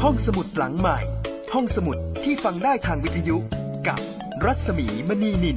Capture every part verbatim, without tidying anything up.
ห้องสมุดหลังใหม่ห้องสมุดที่ฟังได้ทางวิทยุกับรัศมีมณีนิน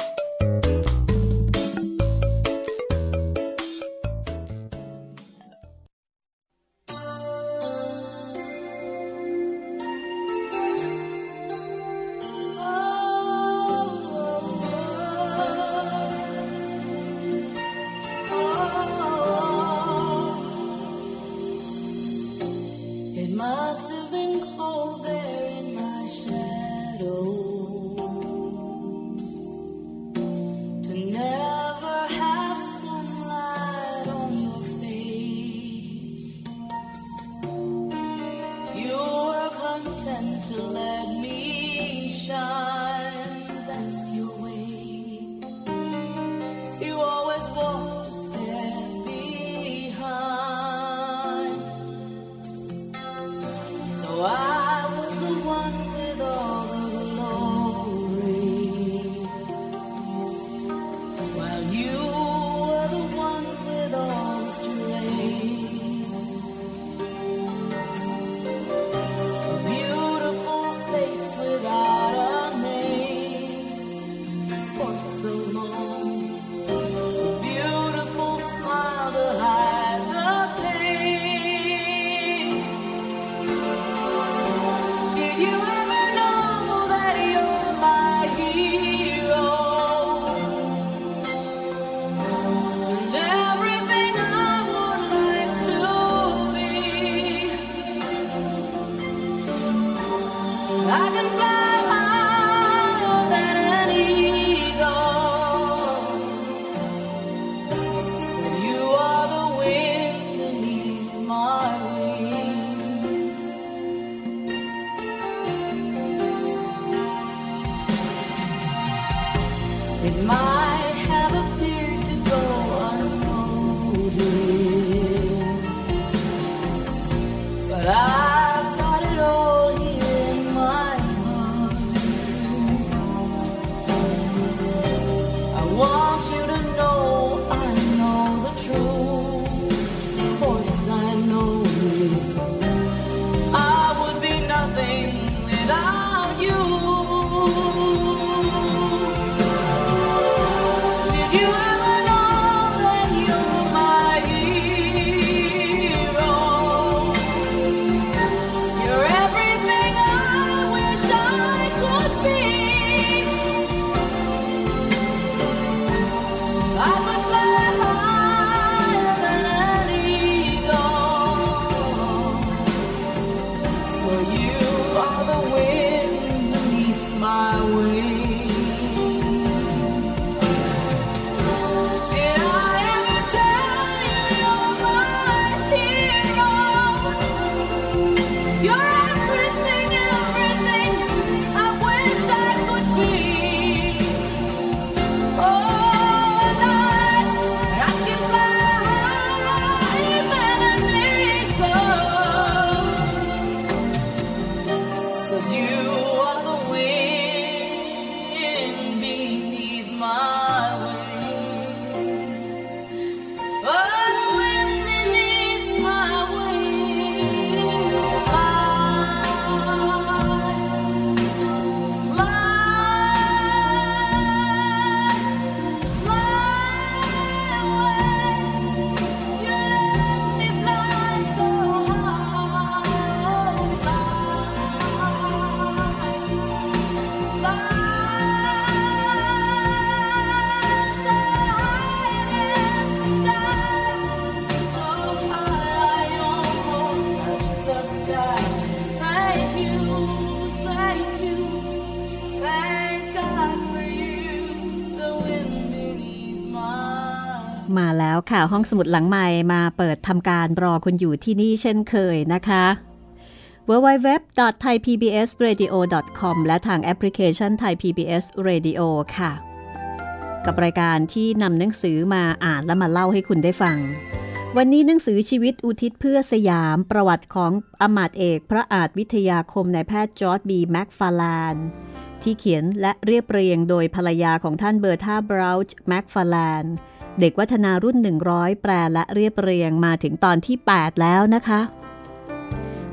มาแล้วค่ะห้องสมุดหลังใหม่มาเปิดทำการรอคุณอยู่ที่นี่เช่นเคยนะคะ ดับเบิลยู ดับเบิลยู ดับเบิลยู ดอท ไทย พี บี เอส เรดิโอ ดอท คอม และทางแอปพลิเคชัน Thai พี บี เอส Radio ค่ะกับรายการที่นำหนังสือมาอ่านและมาเล่าให้คุณได้ฟังวันนี้หนังสือชีวิตอุทิศเพื่อสยามประวัติของอมาตย์เอกพระอาจวิทยาคมนายแพทย์จอร์จบีแม็กฟาร์แลนด์ที่เขียนและเรียบเรียงโดยภรรยาของท่านเบอร์ธาบราวช์แม็กฟาร์แลนด์เด็กวัฒนารุ่นหนึ่งร้อยแปลและเรียบเรียงมาถึงตอนที่แปดแล้วนะคะ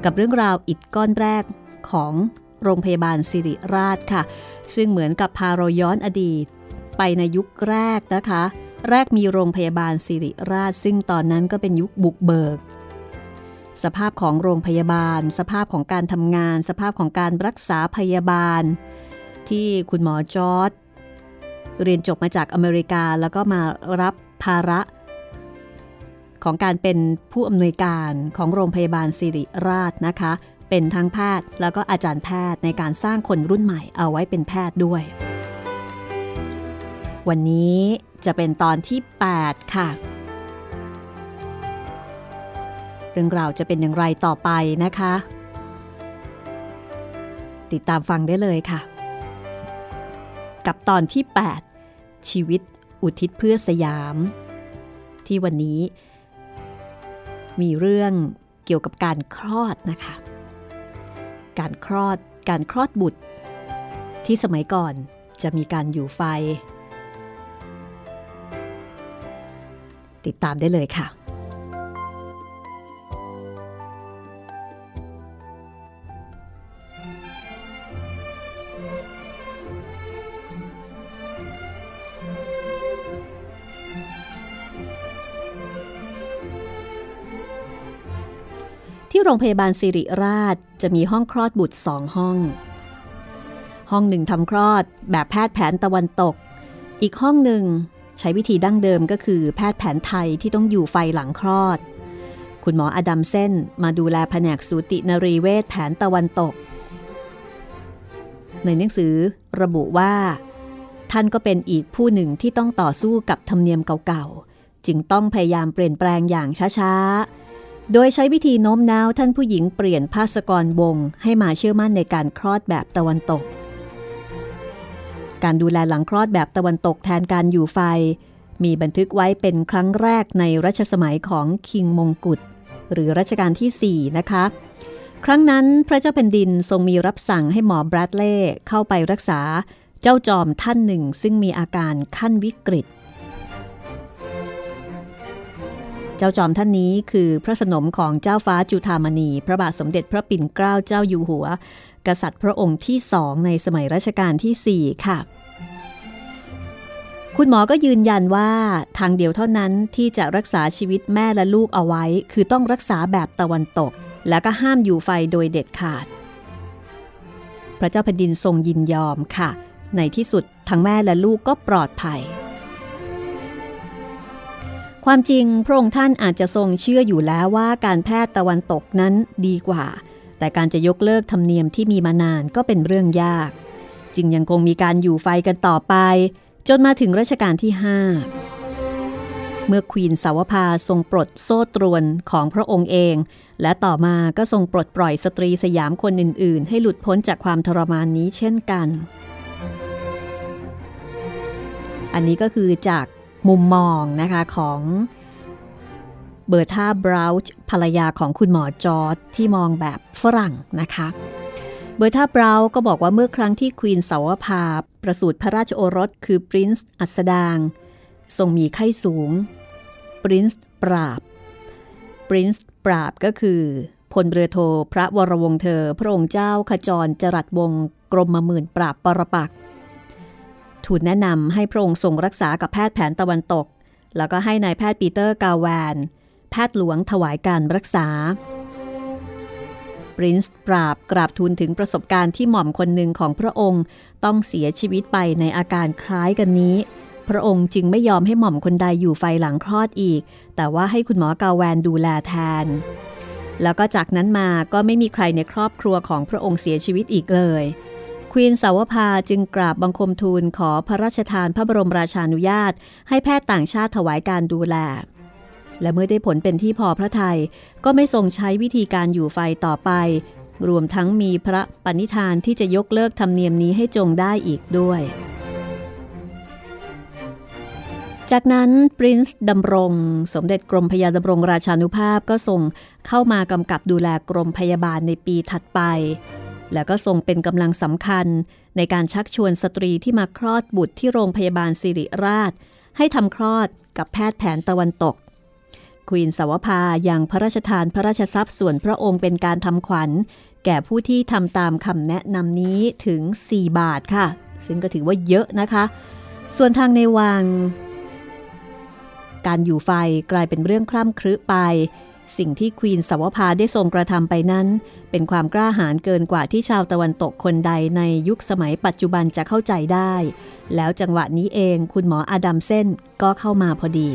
กับเรื่องราวอิฐก้อนแรกของโรงพยาบาลศิริราชค่ะซึ่งเหมือนกับพาเราย้อนอดีตไปในยุคแรกนะคะแรกมีโรงพยาบาลศิริราชซึ่งตอนนั้นก็เป็นยุคบุกเบิกสภาพของโรงพยาบาลสภาพของการทำงานสภาพของการรักษาพยาบาลที่คุณหมอจอร์จเรียนจบมาจากอเมริกาแล้วก็มารับภาระของการเป็นผู้อำนวยการของโรงพยาบาลศิริราชนะคะเป็นทั้งแพทย์แล้วก็อาจารย์แพทย์ในการสร้างคนรุ่นใหม่เอาไว้เป็นแพทย์ด้วยวันนี้จะเป็นตอนที่แปดค่ะเรื่องราวจะเป็นอย่างไรต่อไปนะคะติดตามฟังได้เลยค่ะกับตอนที่แปดชีวิตอุทิศเพื่อสยามที่วันนี้มีเรื่องเกี่ยวกับการคลอดนะคะการคลอดการคลอดบุตรที่สมัยก่อนจะมีการอยู่ไฟติดตามได้เลยค่ะที่โรงพยาบาลศิริราชจะมีห้องคลอดบุตรสองห้องห้องหนึ่งทำคลอดแบบแพทย์แผนตะวันตกอีกห้องหนึ่งใช้วิธีดั้งเดิมก็คือแพทย์แผนไทยที่ต้องอยู่ไฟหลังคลอดคุณหมออดัมเซ่นมาดูแลแผนกสูตินรีเวชแผนตะวันตกในหนังสือระบุว่าท่านก็เป็นอีกผู้หนึ่งที่ต้องต่อสู้กับธรรมเนียมเก่าๆจึงต้องพยายามเปลี่ยนแปลงอย่างช้าๆโดยใช้วิธีโน้มน้าวท่านผู้หญิงเปลี่ยนภาสกรวงศ์ให้มาเชื่อมั่นในการคลอดแบบตะวันตกการดูแลหลังคลอดแบบตะวันตกแทนการอยู่ไฟมีบันทึกไว้เป็นครั้งแรกในรัชสมัยของคิงมงกุฎหรือรัชกาลที่สี่นะคะครั้งนั้นพระเจ้าแผ่นดินทรงมีรับสั่งให้หมอแบรดเล่เข้าไปรักษาเจ้าจอมท่านหนึ่งซึ่งมีอาการขั้นวิกฤตเจ้าจอมท่านนี้คือพระสนมของเจ้าฟ้าจุฑามณีพระบาทสมเด็จพระปิ่นเกล้าเจ้าอยู่หัวกษัตริย์พระองค์ที่สองในสมัยรัชกาลที่สี่ค่ะคุณหมอก็ยืนยันว่าทางเดียวเท่านั้นที่จะรักษาชีวิตแม่และลูกเอาไว้คือต้องรักษาแบบตะวันตกและก็ห้ามอยู่ไฟโดยเด็ดขาดพระเจ้าแผ่นดินทรงยินยอมค่ะในที่สุดทั้งแม่และลูกก็ปลอดภัยความจริงพระองค์ท่านอาจจะทรงเชื่ออยู่แล้วว่าการแพทย์ตะวันตกนั้นดีกว่าแต่การจะยกเลิกธรรมเนียมที่มีมานานก็เป็นเรื่องยากจึงยังคงมีการอยู่ไฟกันต่อไปจนมาถึงรัชกาลที่ห้าเมื่อควีนสาวภาทรงปลดโซ่ตรวนของพระองค์เองและต่อมาก็ทรงปลดปล่อยสตรีสยามคนอื่นๆให้หลุดพ้นจากความทรมานนี้เช่นกันอันนี้ก็คือจากมุมมองนะคะของเบอร์ธาบราวช์ภรรยาของคุณหมอจอร์จที่มองแบบฝรั่งนะคะเบอร์ธาบราวก็บอกว่าเมื่อครั้งที่ควีนสาวภาประสูติพระราชโอรสคือปรินซ์อัสดางทรงมีไข้สูงปรินซ์ปราบปรินซ์ปราบก็คือพลเรือโทพระวรวงศ์เธอพระองค์เจ้าขจรจรัสวงศ์กรมหมื่นปราบปรปักษ์ทูลแนะนำให้พระองค์ทรงรักษากับแพทย์แผนตะวันตกแล้วก็ให้นายแพทย์ปีเตอร์กาแวนแพทย์หลวงถวายการรักษาปรินซ์ปราบกราบทูลถึงประสบการณ์ที่หม่อมคนหนึ่งของพระองค์ต้องเสียชีวิตไปในอาการคล้ายกันนี้พระองค์จึงไม่ยอมให้หม่อมคนใดอยู่ไฟหลังคลอดอีกแต่ว่าให้คุณหมอกาแวนดูแลแทนแล้วก็จากนั้นมาก็ไม่มีใครในครอบครัวของพระองค์เสียชีวิตอีกเลยควีนสาวภาจึงกราบบังคมทูลขอพระราชทานพระบรมราชานุญาตให้แพทย์ต่างชาติถวายการดูแลและเมื่อได้ผลเป็นที่พอพระทัยก็ไม่ทรงใช้วิธีการอยู่ไฟต่อไปรวมทั้งมีพระปณิธานที่จะยกเลิกธรรมเนียมนี้ให้จงได้อีกด้วยจากนั้นปรินซ์ดำรงสมเด็จกรมพยาดำรงราชานุภาพก็ทรงเข้ามากำกับดูแลกรมพยาบาลในปีถัดไปและก็ทรงเป็นกำลังสำคัญในการชักชวนสตรีที่มาคลอดบุตรที่โรงพยาบาลศิริราชให้ทำคลอดกับแพทย์แผนตะวันตกควีนสาวภายังพระราชทานพระราชทรัพย์ส่วนพระองค์เป็นการทำขวัญแก่ผู้ที่ทำตามคำแนะนำนี้ถึงสี่บาทค่ะซึ่งก็ถือว่าเยอะนะคะส่วนทางในวังการอยู่ไฟกลายเป็นเรื่องคล่ำครึไปสิ่งที่ควีนสาวภาได้ทรงกระทำไปนั้นเป็นความกล้าหาญเกินกว่าที่ชาวตะวันตกคนใดในยุคสมัยปัจจุบันจะเข้าใจได้แล้วจังหวะนี้เองคุณหมออดัมเซ่นก็เข้ามาพอดี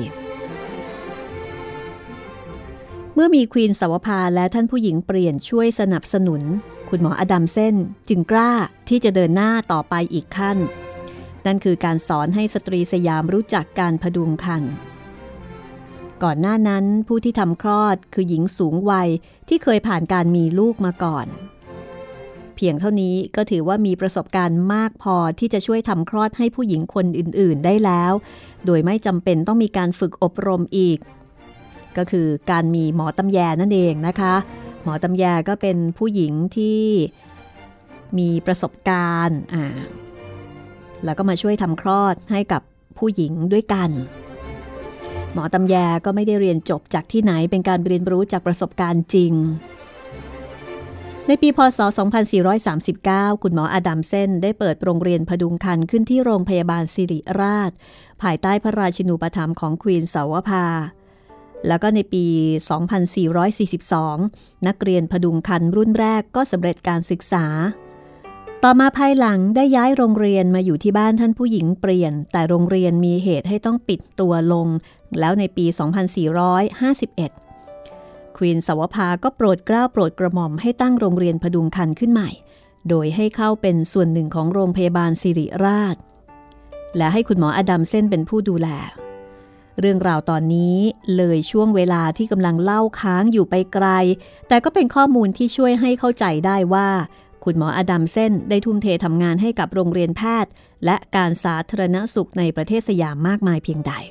เมื่อมีควีนสาวภาและท่านผู้หญิงเปลี่ยนช่วยสนับสนุนคุณหมออดัมเซ่นจึงกล้าที่จะเดินหน้าต่อไปอีกขั้นนั่นคือการสอนให้สตรีสยามรู้จักการพดุงครรภ์ก่อนหน้านั้นผู้ที่ทำคลอดคือหญิงสูงวัยที่เคยผ่านการมีลูกมาก่อนเพียงเท่านี้ก็ถือว่ามีประสบการณ์มากพอที่จะช่วยทำคลอดให้ผู้หญิงคนอื่นๆได้แล้วโดยไม่จำเป็นต้องมีการฝึกอบรมอีกก็คือการมีหมอตำแยนั่นเองนะคะหมอตำแยก็เป็นผู้หญิงที่มีประสบการณ์อ่าแล้วก็มาช่วยทำคลอดให้กับผู้หญิงด้วยกันหมอตำแยก็ไม่ได้เรียนจบจากที่ไหนเป็นการเรียนรู้จากประสบการณ์จริงในปีพ.ศ. สองพันสี่ร้อยสามสิบเก้าคุณหมออดัมเซ่นได้เปิดโรงเรียนพดุงครรภ์ขึ้นที่โรงพยาบาลศิริราชภายใต้พระราชินูปถัมภ์ของควีนสาวภาแล้วก็ในปี สองพันสี่ร้อยสี่สิบสอง นักเรียนพดุงครรภ์รุ่นแรกก็สำเร็จการศึกษาต่อมาภายหลังได้ย้ายโรงเรียนมาอยู่ที่บ้านท่านผู้หญิงเปลี่ยนแต่โรงเรียนมีเหตุให้ต้องปิดตัวลงแล้วในปี สองพันสี่ร้อยห้าสิบเอ็ด ควีนสาวภาก็โปรดเกล้าโปรดกระหม่อมให้ตั้งโรงเรียนพดุงครรภ์ขึ้นใหม่โดยให้เข้าเป็นส่วนหนึ่งของโรงพยาบาลศิริราชและให้คุณหมออดัมเซ่นเป็นผู้ดูแลเรื่องราวตอนนี้เลยช่วงเวลาที่กำลังเล่าค้างอยู่ไปไกลแต่ก็เป็นข้อมูลที่ช่วยให้เข้าใจได้ว่าคุณหมออดัมเซ่นได้ทุ่มเททำงานให้กับโรงเรียนแพทย์และการสาธารณสุขในประเทศสยามมากมายเพียงใด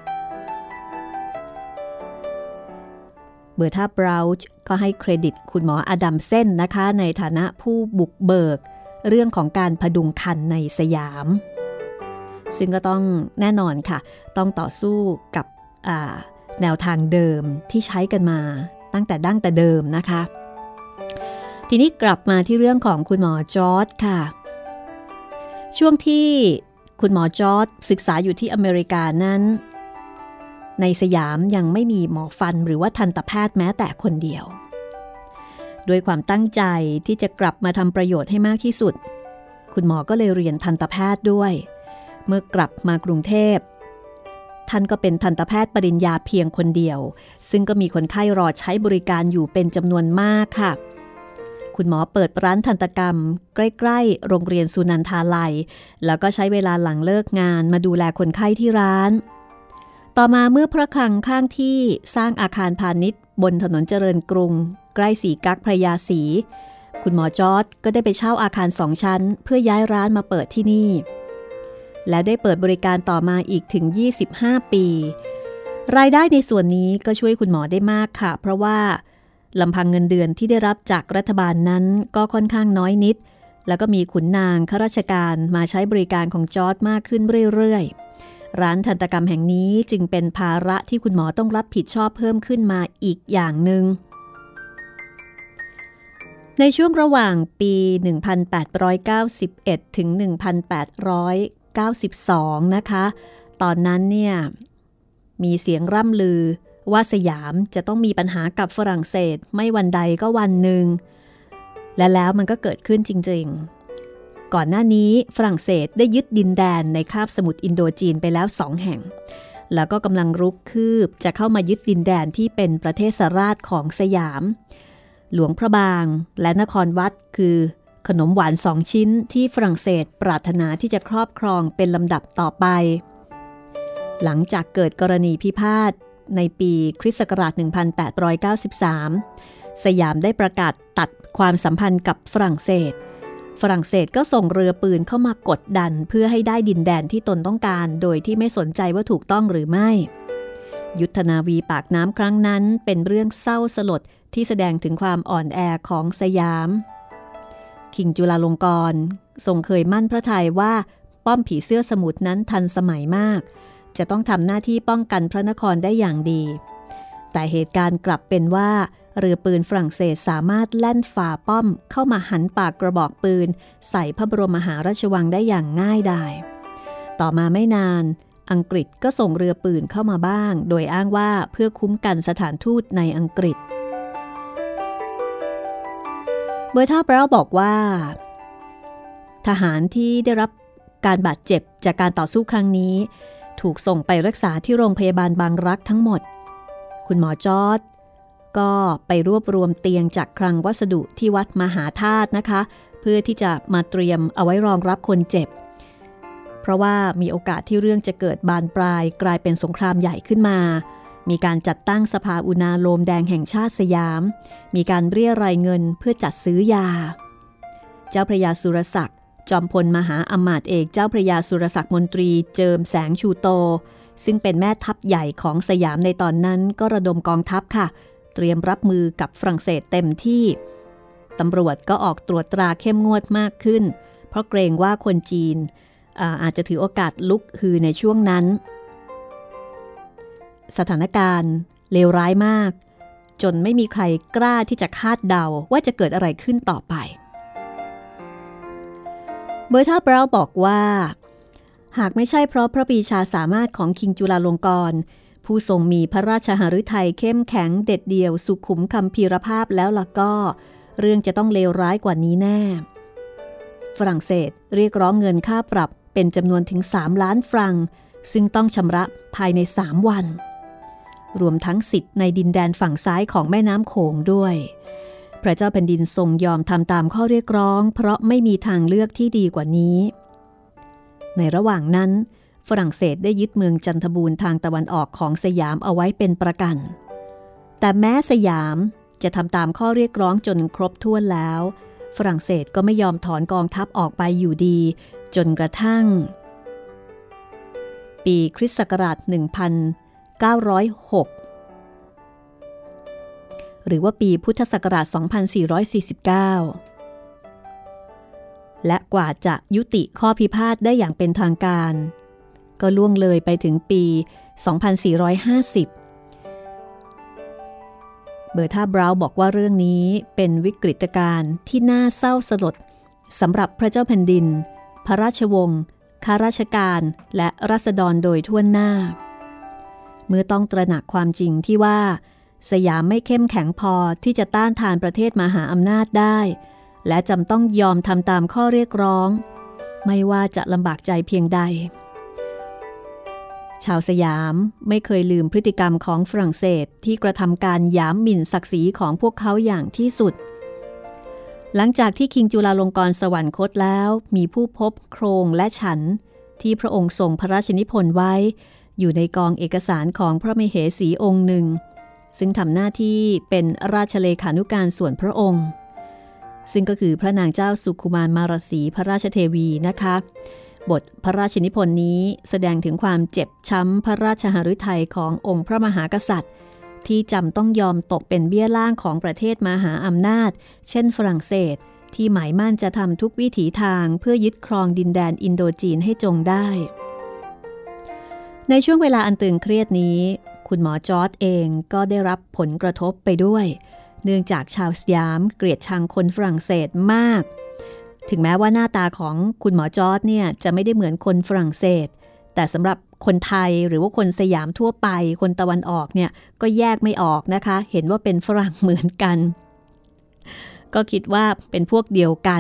เบอร์ธาบราวช์ก็ให้เครดิตคุณหมออดัมเซ่นนะคะในฐานะผู้บุกเบิกเรื่องของการพดุงครรภ์ในสยามซึ่งก็ต้องแน่นอนค่ะต้องต่อสู้กับแนวทางเดิมที่ใช้กันมาตั้งแต่ดั้งแต่เดิมนะคะทีนี้กลับมาที่เรื่องของคุณหมอจอร์จค่ะช่วงที่คุณหมอจอร์จศึกษาอยู่ที่อเมริกานั้นในสยามยังไม่มีหมอฟันหรือว่าทันตแพทย์แม้แต่คนเดียวด้วยความตั้งใจที่จะกลับมาทำประโยชน์ให้มากที่สุดคุณหมอก็เลยเรียนทันตแพทย์ด้วยเมื่อกลับมากรุงเทพท่านก็เป็นทันตแพทย์ปริญญาเพียงคนเดียวซึ่งก็มีคนไข้รอใช้บริการอยู่เป็นจำนวนมากค่ะคุณหมอเปิดร้านทันตกรรมใกล้ๆโรงเรียนสุนันทาลัยแล้วก็ใช้เวลาหลังเลิกงานมาดูแลคนไข้ที่ร้านต่อมาเมื่อพระคลังข้างที่สร้างอาคารพาณิชย์บนถนนเจริญกรุงใกล้สีกั๊กพระยาศรีคุณหมอจอร์จก็ได้ไปเช่าอาคารสองชั้นเพื่อย้ายร้านมาเปิดที่นี่และได้เปิดบริการต่อมาอีกถึงยี่สิบห้าปีรายได้ในส่วนนี้ก็ช่วยคุณหมอได้มากค่ะเพราะว่าลำพังเงินเดือนที่ได้รับจากรัฐบาลนั้นก็ค่อนข้างน้อยนิดแล้วก็มีขุนนางข้าราชการมาใช้บริการของจอร์จมากขึ้นเรื่อยๆร้านทันตกรรมแห่งนี้จึงเป็นภาระที่คุณหมอต้องรับผิดชอบเพิ่มขึ้นมาอีกอย่างหนึ่งในช่วงระหว่างปี หนึ่งพันแปดร้อยเก้าสิบเอ็ด ถึง หนึ่งพันแปดร้อยเก้าสิบสอง นะคะตอนนั้นเนี่ยมีเสียงร่ำลือว่าสยามจะต้องมีปัญหากับฝรั่งเศสไม่วันใดก็วันหนึ่งและแล้วมันก็เกิดขึ้นจริงๆก่อนหน้านี้ฝรั่งเศสได้ยึดดินแดนในคาบสมุทรอินโดจีนไปแล้วสองแห่งแล้วก็กำลังรุกคืบจะเข้ามายึดดินแดนที่เป็นประเทศราชของสยามหลวงพระบางและนครวัดคือขนมหวานสองชิ้นที่ฝรั่งเศสปรารถนาที่จะครอบครองเป็นลำดับต่อไปหลังจากเกิดกรณีพิพาทในปีคริสต์ศักราช หนึ่งพันแปดร้อยเก้าสิบสาม สยามได้ประกาศตัดความสัมพันธ์กับฝรั่งเศสฝรั่งเศสก็ส่งเรือปืนเข้ามากดดันเพื่อให้ได้ดินแดนที่ตนต้องการโดยที่ไม่สนใจว่าถูกต้องหรือไม่ยุทธนาวีปากน้ำครั้งนั้นเป็นเรื่องเศร้าสลดที่แสดงถึงความอ่อนแอของสยามคิงจุฬาลงกรณ์ทรงเคยมั่นพระทัยว่าป้อมผีเสื้อสมุทรนั้นทันสมัยมากจะต้องทำหน้าที่ป้องกันพระนครได้อย่างดีแแต่เหตุการณ์กลับเป็นว่าเรือปืนฝรั่งเศสสามารถแล่นฝ่าป้อมเข้ามาหันปากกระบอกปืนใส่พระบรมมหาราชวังได้อย่างง่ายดายต่อมาไม่นานอังกฤษก็ส่งเรือปืนเข้ามาบ้างโดยอ้างว่าเพื่อคุ้มกันสถานทูตในอังกฤษเบอร์ธาเบราบอกว่าทหารที่ได้รับการบาดเจ็บจากการต่อสู้ครั้งนี้ถูกส่งไปรักษาที่โรงพยาบาลบางรักทั้งหมดคุณหมอจอร์จก็ไปรวบรวมเตียงจากคลังวัสดุที่วัดมหาธาตุนะคะเพื่อที่จะมาเตรียมเอาไว้รองรับคนเจ็บเพราะว่ามีโอกาสที่เรื่องจะเกิดบานปลายกลายเป็นสงครามใหญ่ขึ้นมามีการจัดตั้งสภาอุณาโลมแดงแห่งชาติสยามมีการเรียรายเงินเพื่อจัดซื้อยาเจ้าพระยาสุรศักดิ์จอมพลมหาอมาตย์เอกเจ้าพระยาสุรศักดิ์มนตรีเจิมแสงชูโตซึ่งเป็นแม่ทัพใหญ่ของสยามในตอนนั้นก็ระดมกองทัพค่ะเตรียมรับมือกับฝรั่งเศสเต็มที่ตำรวจก็ออกตรวจตราเข้มงวดมากขึ้นเพราะเกรงว่าคนจีน อา, อาจจะถือโอกาสลุกฮือในช่วงนั้นสถานการณ์เลวร้ายมากจนไม่มีใครกล้าที่จะคาดเดาว่าจะเกิดอะไรขึ้นต่อไปเบอร์ธาเบราบอกว่าหากไม่ใช่เพราะพระปรีชาสามารถของคิงจุฬาลงกรณ์ผู้ทรงมีพระราชหฤทัยเข้มแข็งเด็ดเดี่ยวสุขุมคัมภีรภาพแล้วล่ะก็เรื่องจะต้องเลวร้ายกว่านี้แน่ฝรั่งเศสเรียกร้องเงินค่าปรับเป็นจำนวนถึงสามล้านฟรังซึ่งต้องชำระภายในสามวันรวมทั้งสิทธิ์ในดินแดนฝั่งซ้ายของแม่น้ำโขงด้วยพระเจ้าแผ่นดินทรงยอมทำตามข้อเรียกร้องเพราะไม่มีทางเลือกที่ดีกว่านี้ในระหว่างนั้นฝรั่งเศสได้ยึดเมืองจันทบูรณ์ทางตะวันออกของสยามเอาไว้เป็นประกันแต่แม้สยามจะทำตามข้อเรียกร้องจนครบถ้วนแล้วฝรั่งเศสก็ไม่ยอมถอนกองทัพออกไปอยู่ดีจนกระทั่งปีคริสต์ศักราชหนึ่งพันเก้าร้อยหกหรือว่าปีพุทธศักราชสองพันสี่ร้อยสี่สิบเก้าและกว่าจะยุติข้อพิพาทได้อย่างเป็นทางการก็ล่วงเลยไปถึงปีสองพันสี่ร้อยห้าสิบเบอร์ธาเบราบอกว่าเรื่องนี้เป็นวิกฤตการณ์ที่น่าเศร้าสลดสำหรับพระเจ้าแผ่นดินพระราชวงศ์ข้าราชการและราษฎรโดยทั่วหน้าเมื่อต้องตระหนักความจริงที่ว่าสยามไม่เข้มแข็งพอที่จะต้านทานประเทศมหาอำนาจได้และจำต้องยอมทำตามข้อเรียกร้องไม่ว่าจะลำบากใจเพียงใดชาวสยามไม่เคยลืมพฤติกรรมของฝรั่งเศสที่กระทำการหยามหมิ่นศักดิ์ศรีของพวกเขาอย่างที่สุดหลังจากที่คิงจุฬาลงกรณ์สวรรคตแล้วมีผู้พบโครงและฉันที่พระองค์ทรงพระราชนิพนธ์ไว้อยู่ในกองเอกสารของพระมเหสีองค์หนึ่งซึ่งทำหน้าที่เป็นราชเลขานุการส่วนพระองค์ซึ่งก็คือพระนางเจ้าสุขุมารมารสีพระราชเทวีนะคะบทพระราชนิพนธ์นี้แสดงถึงความเจ็บช้ำพระราชหฤทัยขององค์พระมหากษัตริย์ที่จำต้องยอมตกเป็นเบี้ยล่างของประเทศมหาอำนาจเช่นฝรั่งเศสที่หมายมั่นจะทำทุกวิถีทางเพื่อยึดครองดินแดนอินโดจีนให้จงได้ในช่วงเวลาอันตึงเครียดนี้คุณหมอจอร์จเองก็ได้รับผลกระทบไปด้วยเนื่องจากชาวสยามเกลียดชังคนฝรั่งเศสมากถึงแม้ว่าหน้าตาของคุณหมอจอร์จเนี่ยจะไม่ได้เหมือนคนฝรั่งเศสแต่สำหรับคนไทยหรือว่าคนสยามทั่วไปคนตะวันออกเนี่ยก็แยกไม่ออกนะคะเห็นว่าเป็นฝรั่งเหมือนกันก็คิดว่าเป็นพวกเดียวกัน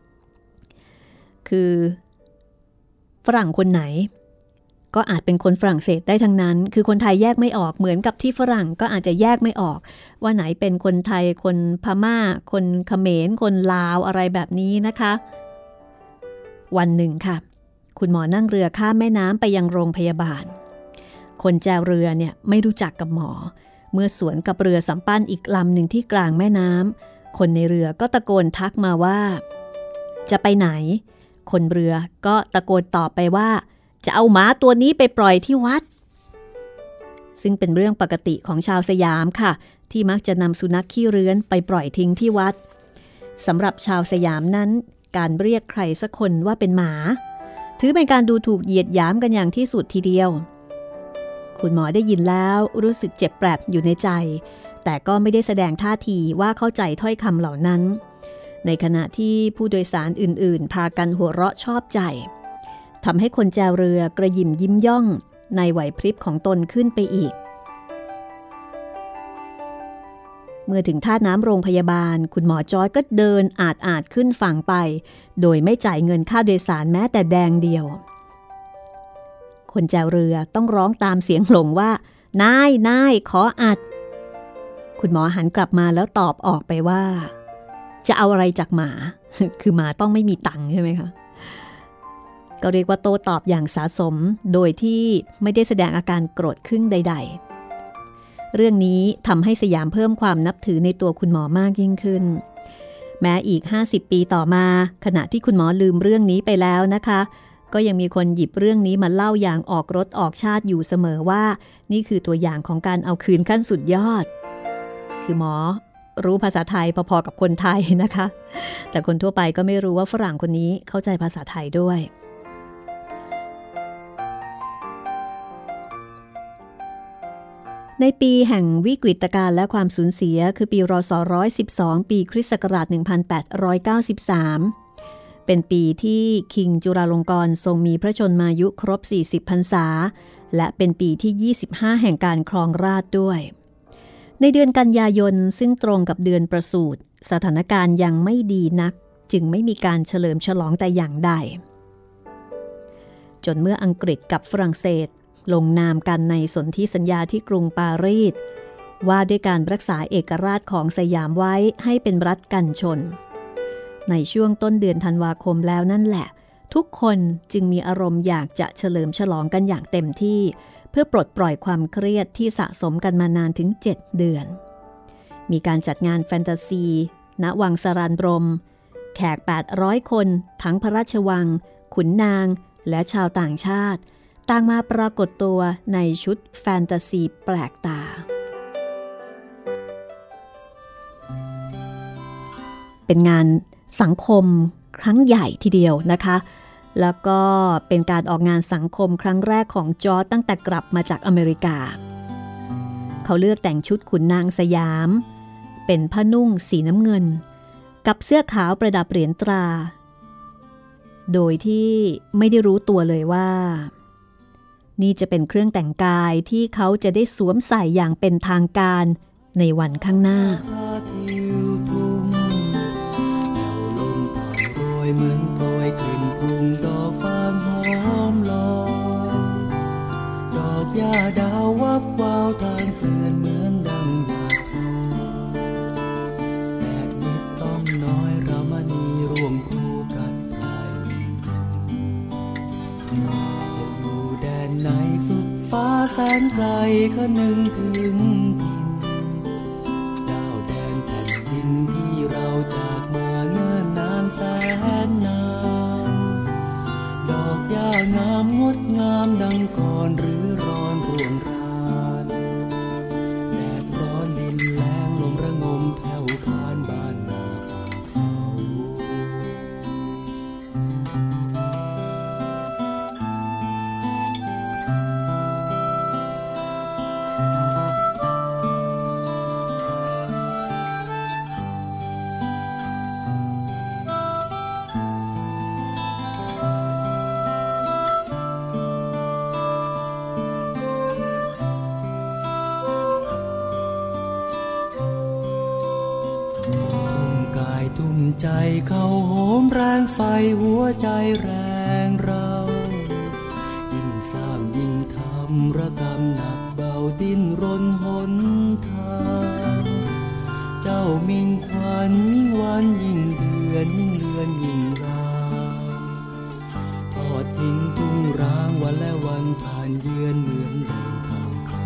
คือฝรั่งคนไหนก็อาจเป็นคนฝรั่งเศสได้ทั้งนั้นคือคนไทยแยกไม่ออกเหมือนกับที่ฝรั่งก็อาจจะแยกไม่ออกว่าไหนเป็นคนไทยคนพม่าคนเขมรคนลาวอะไรแบบนี้นะคะวันหนึ่งค่ะคุณหมอนั่งเรือข้ามแม่น้ำไปยังโรงพยาบาลคนแจวเรือเนี่ยไม่รู้จักกับหมอเมื่อสวนกับเรือสำปั้นอีกลำหนึ่งที่กลางแม่น้ำคนในเรือก็ตะโกนทักมาว่าจะไปไหนคนเรือก็ตะโกนตอบไปว่าจะเอาหมาตัวนี้ไปปล่อยที่วัดซึ่งเป็นเรื่องปกติของชาวสยามค่ะที่มักจะนำสุนัขขี้เรื้อนไปปล่อยทิ้งที่วัดสำหรับชาวสยามนั้นการเรียกใครสักคนว่าเป็นหมาถือเป็นการดูถูกเหยียดหยามกันอย่างที่สุดทีเดียวคุณหมอได้ยินแล้วรู้สึกเจ็บแปลบอยู่ในใจแต่ก็ไม่ได้แสดงท่าทีว่าเข้าใจถ้อยคำเหล่านั้นในขณะที่ผู้โดยสารอื่นๆพากันหัวเราะชอบใจทำให้คนแจวเรือกระหยิ่มยิ้มย่องในไหวพริบของตนขึ้นไปอีกเมื่อถึงท่าน้ำโรงพยาบาลคุณหมอจอยก็เดินอาดอาดขึ้นฝั่งไปโดยไม่จ่ายเงินค่าโดยสารแม้แต่แดงเดียวคนแจวเรือต้องร้องตามเสียงหลงว่านายนายขออัดคุณหมอหันกลับมาแล้วตอบออกไปว่าจะเอาอะไรจากหมา คือหมาต้องไม่มีตังค์ใช่ไหมคะก็เรียกว่าโต้ตอบอย่างสะสมโดยที่ไม่ได้แสดงอาการโกรธขึ้นใดๆเรื่องนี้ทำให้สยามเพิ่มความนับถือในตัวคุณหมอมากยิ่งขึ้นแม้อีกห้าสิบปีต่อมาขณะที่คุณหมอลืมเรื่องนี้ไปแล้วนะคะก็ยังมีคนหยิบเรื่องนี้มาเล่าอย่างออกรสออกชาติอยู่เสมอว่านี่คือตัวอย่างของการเอาคืนขั้นสุดยอดคือหมอรู้ภาษาไทยพอๆกับคนไทยนะคะแต่คนทั่วไปก็ไม่รู้ว่าฝรั่งคนนี้เข้าใจภาษาไทยด้วยในปีแห่งวิกฤตการณ์และความสูญเสียคือปีรศหนึ่งร้อยสิบสองปีคริสต์ศักราชหนึ่งพันแปดร้อยเก้าสิบสามเป็นปีที่คิงจุฬาลงกรณ์ทรงมีพระชนมายุครบสี่สิบพรรษาและเป็นปีที่ยี่สิบห้าแห่งการครองราชย์ด้วยในเดือนกันยายนซึ่งตรงกับเดือนประสูติสถานการณ์ยังไม่ดีนักจึงไม่มีการเฉลิมฉลองแต่อย่างใดจนเมื่ออังกฤษกับฝรั่งเศสลงนามกันในสนธิสัญญาที่กรุงปารีสว่าด้วยการรักษาเอกราชของสยามไว้ให้เป็นรัฐกันชนในช่วงต้นเดือนธันวาคมแล้วนั่นแหละทุกคนจึงมีอารมณ์อยากจะเฉลิมฉลองกันอย่างเต็มที่เพื่อปลดปล่อยความเครียดที่สะสมกันมานานถึงเจ็ดเดือนมีการจัดงานแฟนตาซีณวังสรานบรมแขกแปดร้อยคนทั้งพระราชวังขุนนางและชาวต่างชาติต่างมาปรากฏตัวในชุดแฟนตาซีแปลกตาเป็นงานสังคมครั้งใหญ่ทีเดียวนะคะแล้วก็เป็นการออกงานสังคมครั้งแรกของจอร์จตั้งแต่กลับมาจากอเมริกาเขาเลือกแต่งชุดขุนนางสยามเป็นผ้านุ่งสีน้ำเงินกับเสื้อขาวประดับเหรียญตราโดยที่ไม่ได้รู้ตัวเลยว่านี่จะเป็นเครื่องแต่งกายที่เขาจะได้สวมใส่อย่างเป็นทางการในวันข้างหน้าเหมือนโปรยกลิ่นพุ่งดอกฟางหอมลอยดอกหญ้าดาววับวาวทางเคลื่อนเหมือนดังหยาดพลอยแดดนิดต้องน้อยรามณีร่วงคู่กัดปลายลมเย็นจะอยู่แดนไหนสุดฟ้าแสนไกลก็นึกถึงดินดาวแดนแผ่นดินที่เราจากมาเนิ่นนานแสนนานดอกหญ้างามงดงามดังก่อนหรือร้อนร่วงรานแดดร้อนดินแล้งลมระงมแผ่วผ่านบ้านนาป่าใจเขาโหมแรงไฟหัวใจแรงเรายิ่งสร้างยิ่งทำระกำหนักเบาดิ้นรนหนทางเจ้ามิ่งควันยิ่งวันยิ่งเดือนยิ่งเลือนยิ่งรางทอดทิ้งทุ่งร้างวันและวันผ่านเยือนเหมือนเดินทางไกล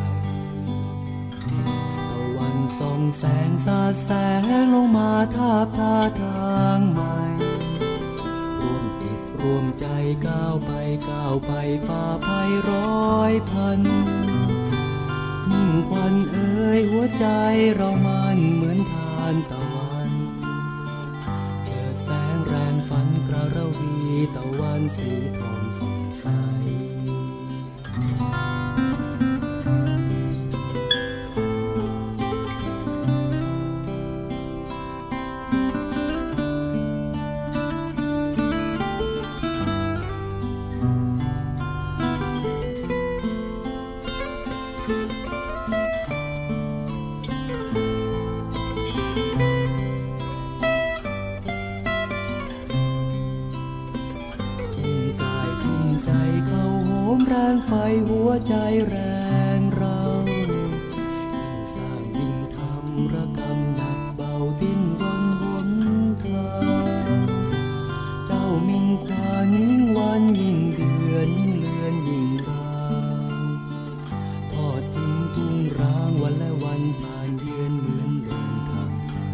ส่องแสงสาดแสงลงมาทาบทาทางใหม่ร่วมจิตร่วมใจก้าวไปก้าวไปฝ่าภัยร้อยพันมิ่งควันเอ่ยหัวใจเรามันเหมือนทานตะวันเจิดแสงแรงฝันกระระวีตะวันสีทองสดใสไฟหัวใจแรงเรายิ่งสร้างยิ่งทำระกำหนักเบาดิ้นรนหนทางเจ้ามิ่งขวัญยิ่งวันยิ่งเดือนยิ่งเลือนยิ่งรางทอดทิ้งทุ่งร้างวันและวันผ่านเยือนเหมือนเดินทางไกล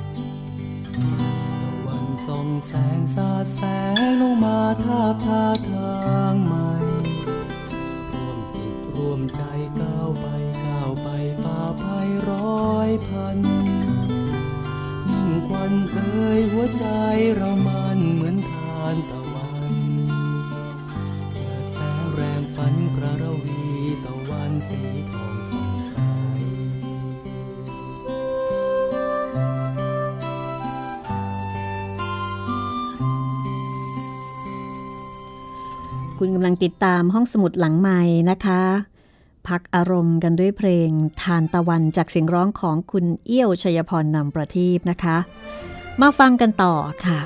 ตะวันส่องแสงสาดแสงลงมาทาบทาทางใหม่ร่วมจิตร่วมใจก้าวไปก้าวไปฝ่าภัยร้อยพันมิ่งควันเอ่ยหัวใจเรามันเหมือนทานตะวันเจอแสงแรงฝันกระระวีตะวันสีทองส่องใสคุณกำลังติดตามห้องสมุดหลังไมค์นะคะพักอารมณ์กันด้วยเพลงทานตะวันจากเสียงร้องของคุณเอี้ยวชัยพรนำประทีปนะคะมาฟังกันต่อค่ะ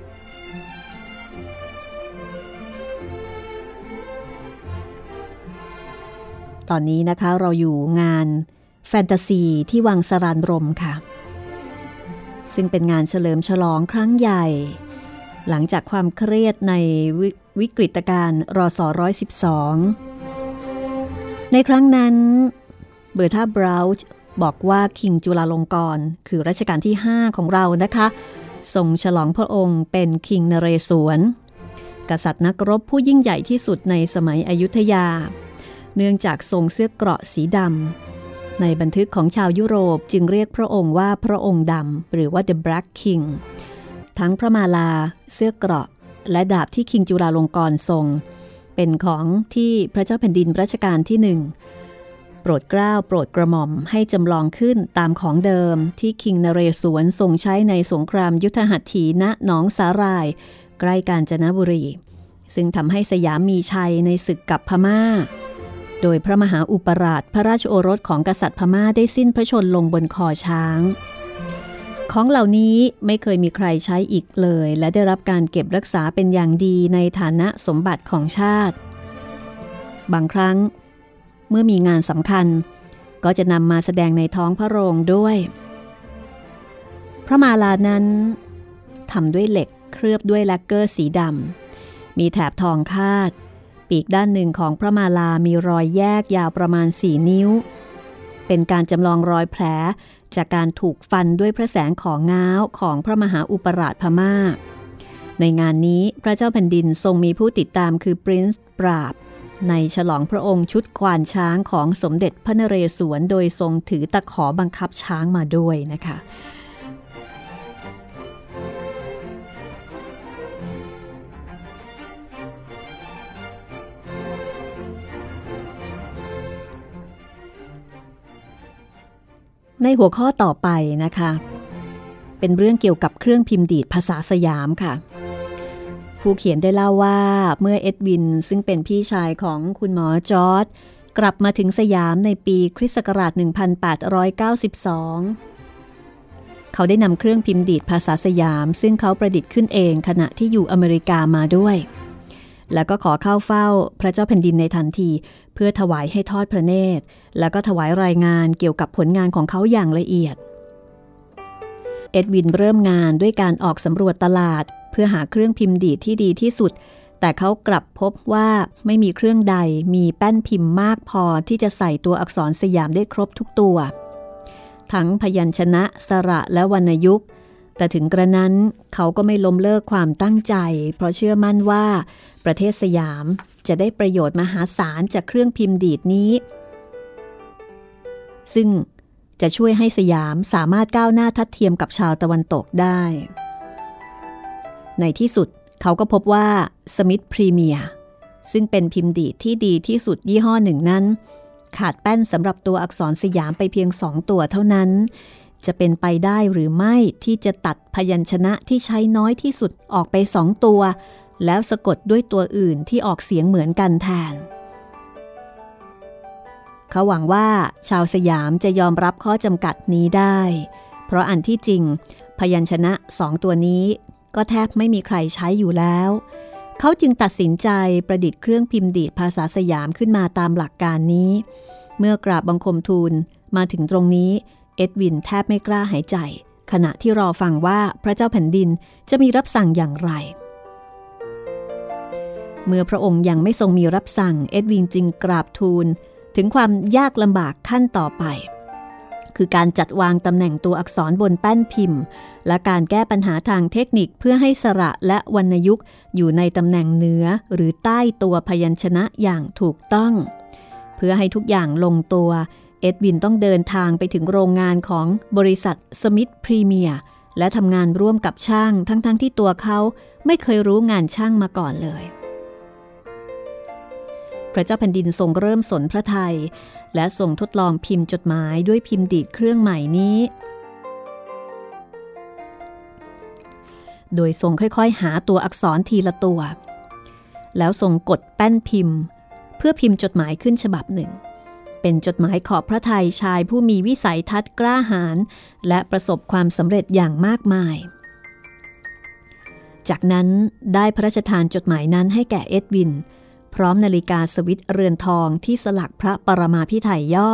ตอนนี้นะคะเราอยู่งานแฟนตาซีที่วังสรานรมค่ะซึ่งเป็นงานเฉลิมฉลองครั้งใหญ่หลังจากความเครียดในววิกฤตการณ์รศหนึ่งร้อยสิบสองในครั้งนั้นเบอร์ธาบราวน์บอกว่าคิงจุฬาลงกรณ์คือรัชกาลที่ห้าของเรานะคะทรงฉลองพระองค์เป็นคิงนเรศวรกษัตริย์นักรบผู้ยิ่งใหญ่ที่สุดในสมัยอยุธยาเนื่องจากทรงเสื้อเกราะสีดำในบันทึกของชาวยุโรปจึงเรียกพระองค์ว่าพระองค์ดำหรือว่า The Black King ทั้งพระมาลาเสื้อเกราะและดาบที่คิงจุฬาลงกรณ์ทรงเป็นของที่พระเจ้าแผ่นดินรัชกาลที่หนึ่งโปรดเกล้าโปรดกระหม่อมให้จำลองขึ้นตามของเดิมที่คิงนเรศวรทรงใช้ในสงครามยุทธหัตถีณหนองสาหร่ายใกล้กาญจนบุรีซึ่งทำให้สยามมีชัยในศึกกับพม่าโดยพระมหาอุปราชพระราชโอรสของกษัตริย์พม่าได้สิ้นพระชนม์ลงบนคอช้างของเหล่านี้ไม่เคยมีใครใช้อีกเลยและได้รับการเก็บรักษาเป็นอย่างดีในฐานะสมบัติของชาติบางครั้งเมื่อมีงานสำคัญก็จะนำมาแสดงในท้องพระโรงด้วยพระมาลานั้นทำด้วยเหล็กเคลือบด้วยแลกเกอร์สีดำมีแถบทองคาดปีกด้านหนึ่งของพระมาลามีรอยแยกยาวประมาณสี่นิ้วเป็นการจำลองรอยแผลจากการถูกฟันด้วยพระแสงของง้าวของพระมหาอุปราชพม่าในงานนี้พระเจ้าแผ่นดินทรงมีผู้ติดตามคือปรินซ์ปราบในฉลองพระองค์ชุดควานช้างของสมเด็จพระนเรศวรโดยทรงถือตะขอบังคับช้างมาด้วยนะคะในหัวข้อต่อไปนะคะเป็นเรื่องเกี่ยวกับเครื่องพิมพ์ดีดภาษาสยามค่ะผู้เขียนได้เล่าว่าเมื่อเอ็ดวินซึ่งเป็นพี่ชายของคุณหมอจอร์จกลับมาถึงสยามในปีคริสต์ศักราชหนึ่งพันแปดร้อยเก้าสิบสองเขาได้นำเครื่องพิมพ์ดีดภาษาสยามซึ่งเขาประดิษฐ์ขึ้นเองขณะที่อยู่อเมริกามาด้วยแล้วก็ขอเข้าเฝ้าพระเจ้าแผ่นดินในทันทีเพื่อถวายให้ทอดพระเนตรแล้วก็ถวายรายงานเกี่ยวกับผลงานของเขาอย่างละเอียดเอ็ดวินเริ่มงานด้วยการออกสำรวจตลาดเพื่อหาเครื่องพิมพ์ดีดที่ดีที่สุดแต่เขากลับพบว่าไม่มีเครื่องใดมีแป้นพิมพ์มากพอที่จะใส่ตัวอักษรสยามได้ครบทุกตัวทั้งพยัญชนะสระและวรรณยุกต์แต่ถึงกระนั้นเขาก็ไม่ล้มเลิกความตั้งใจเพราะเชื่อมั่นว่าประเทศสยามจะได้ประโยชน์มหาศาลจากเครื่องพิมพ์ดีดนี้ซึ่งจะช่วยให้สยามสามารถก้าวหน้าทัดเทียมกับชาวตะวันตกได้ในที่สุดเขาก็พบว่าสมิธพรีเมียร์ซึ่งเป็นพิมพ์ดีดที่ดีที่สุดยี่ห้อหนึ่งนั้นขาดแป้นสำหรับตัวอักษรสยามไปเพียงสองตัวเท่านั้นจะเป็นไปได้หรือไม่ที่จะตัดพยัญชนะที่ใช้น้อยที่สุดออกไปสองตัวแล้วสะกดด้วยตัวอื่นที่ออกเสียงเหมือนกันแทนเขาหวังว่าชาวสยามจะยอมรับข้อจำกัดนี้ได้เพราะอันที่จริงพยัญชนะสองตัวนี้ก็แทบไม่มีใครใช้อยู่แล้วเขเขาจึงตัดสินใจประดิษฐ์เครื่องพิมพ์ดีดภาษาสยามขึ้นมาตามหลักการนี้เมื่อกราบบังคมทูลมาถึงตรงนี้เอ็ดวินแทบไม่กล้าหายใจขณะที่รอฟังว่าพระเจ้าแผ่นดินจะมีรับสั่งอย่างไรเมื่อพระองค์ยังไม่ทรงมีรับสั่งเอ็ดวินจึงกราบทูลถึงความยากลำบากขั้นต่อไปคือการจัดวางตำแหน่งตัวอักษรบนแป้นพิมพ์และการแก้ปัญหาทางเทคนิคเพื่อให้สระและวรรณยุกต์อยู่ในตำแหน่งเหนือหรือใต้ตัวพยัญชนะอย่างถูกต้องเพื่อให้ทุกอย่างลงตัวเอ็ดวินต้องเดินทางไปถึงโรงงานของบริษัทสมิธพรีเมียร์และทำงานร่วมกับช่างทั้งๆ ท, ที่ตัวเขาไม่เคยรู้งานช่างมาก่อนเลยพระเจ้าแผ่นดินทรงเริ่มสนพระทัยและทรงทดลองพิมพ์จดหมายด้วยพิมพ์ดีดเครื่องใหม่นี้โดยทรงค่อยๆหาตัวอักษรทีละตัวแล้วทรงกดแป้นพิมพ์เพื่อพิมพ์จดหมายขึ้นฉบับหนึ่งเป็นจดหมายขอบพระทัยชายผู้มีวิสัยทัศน์กล้าหาญและประสบความสำเร็จอย่างมากมายจากนั้นได้พระราชทานจดหมายนั้นให้แก่เอ็ดวินพร้อมนาฬิกาสวิสเรือนทองที่สลักพระปรมาภิไธยย่อ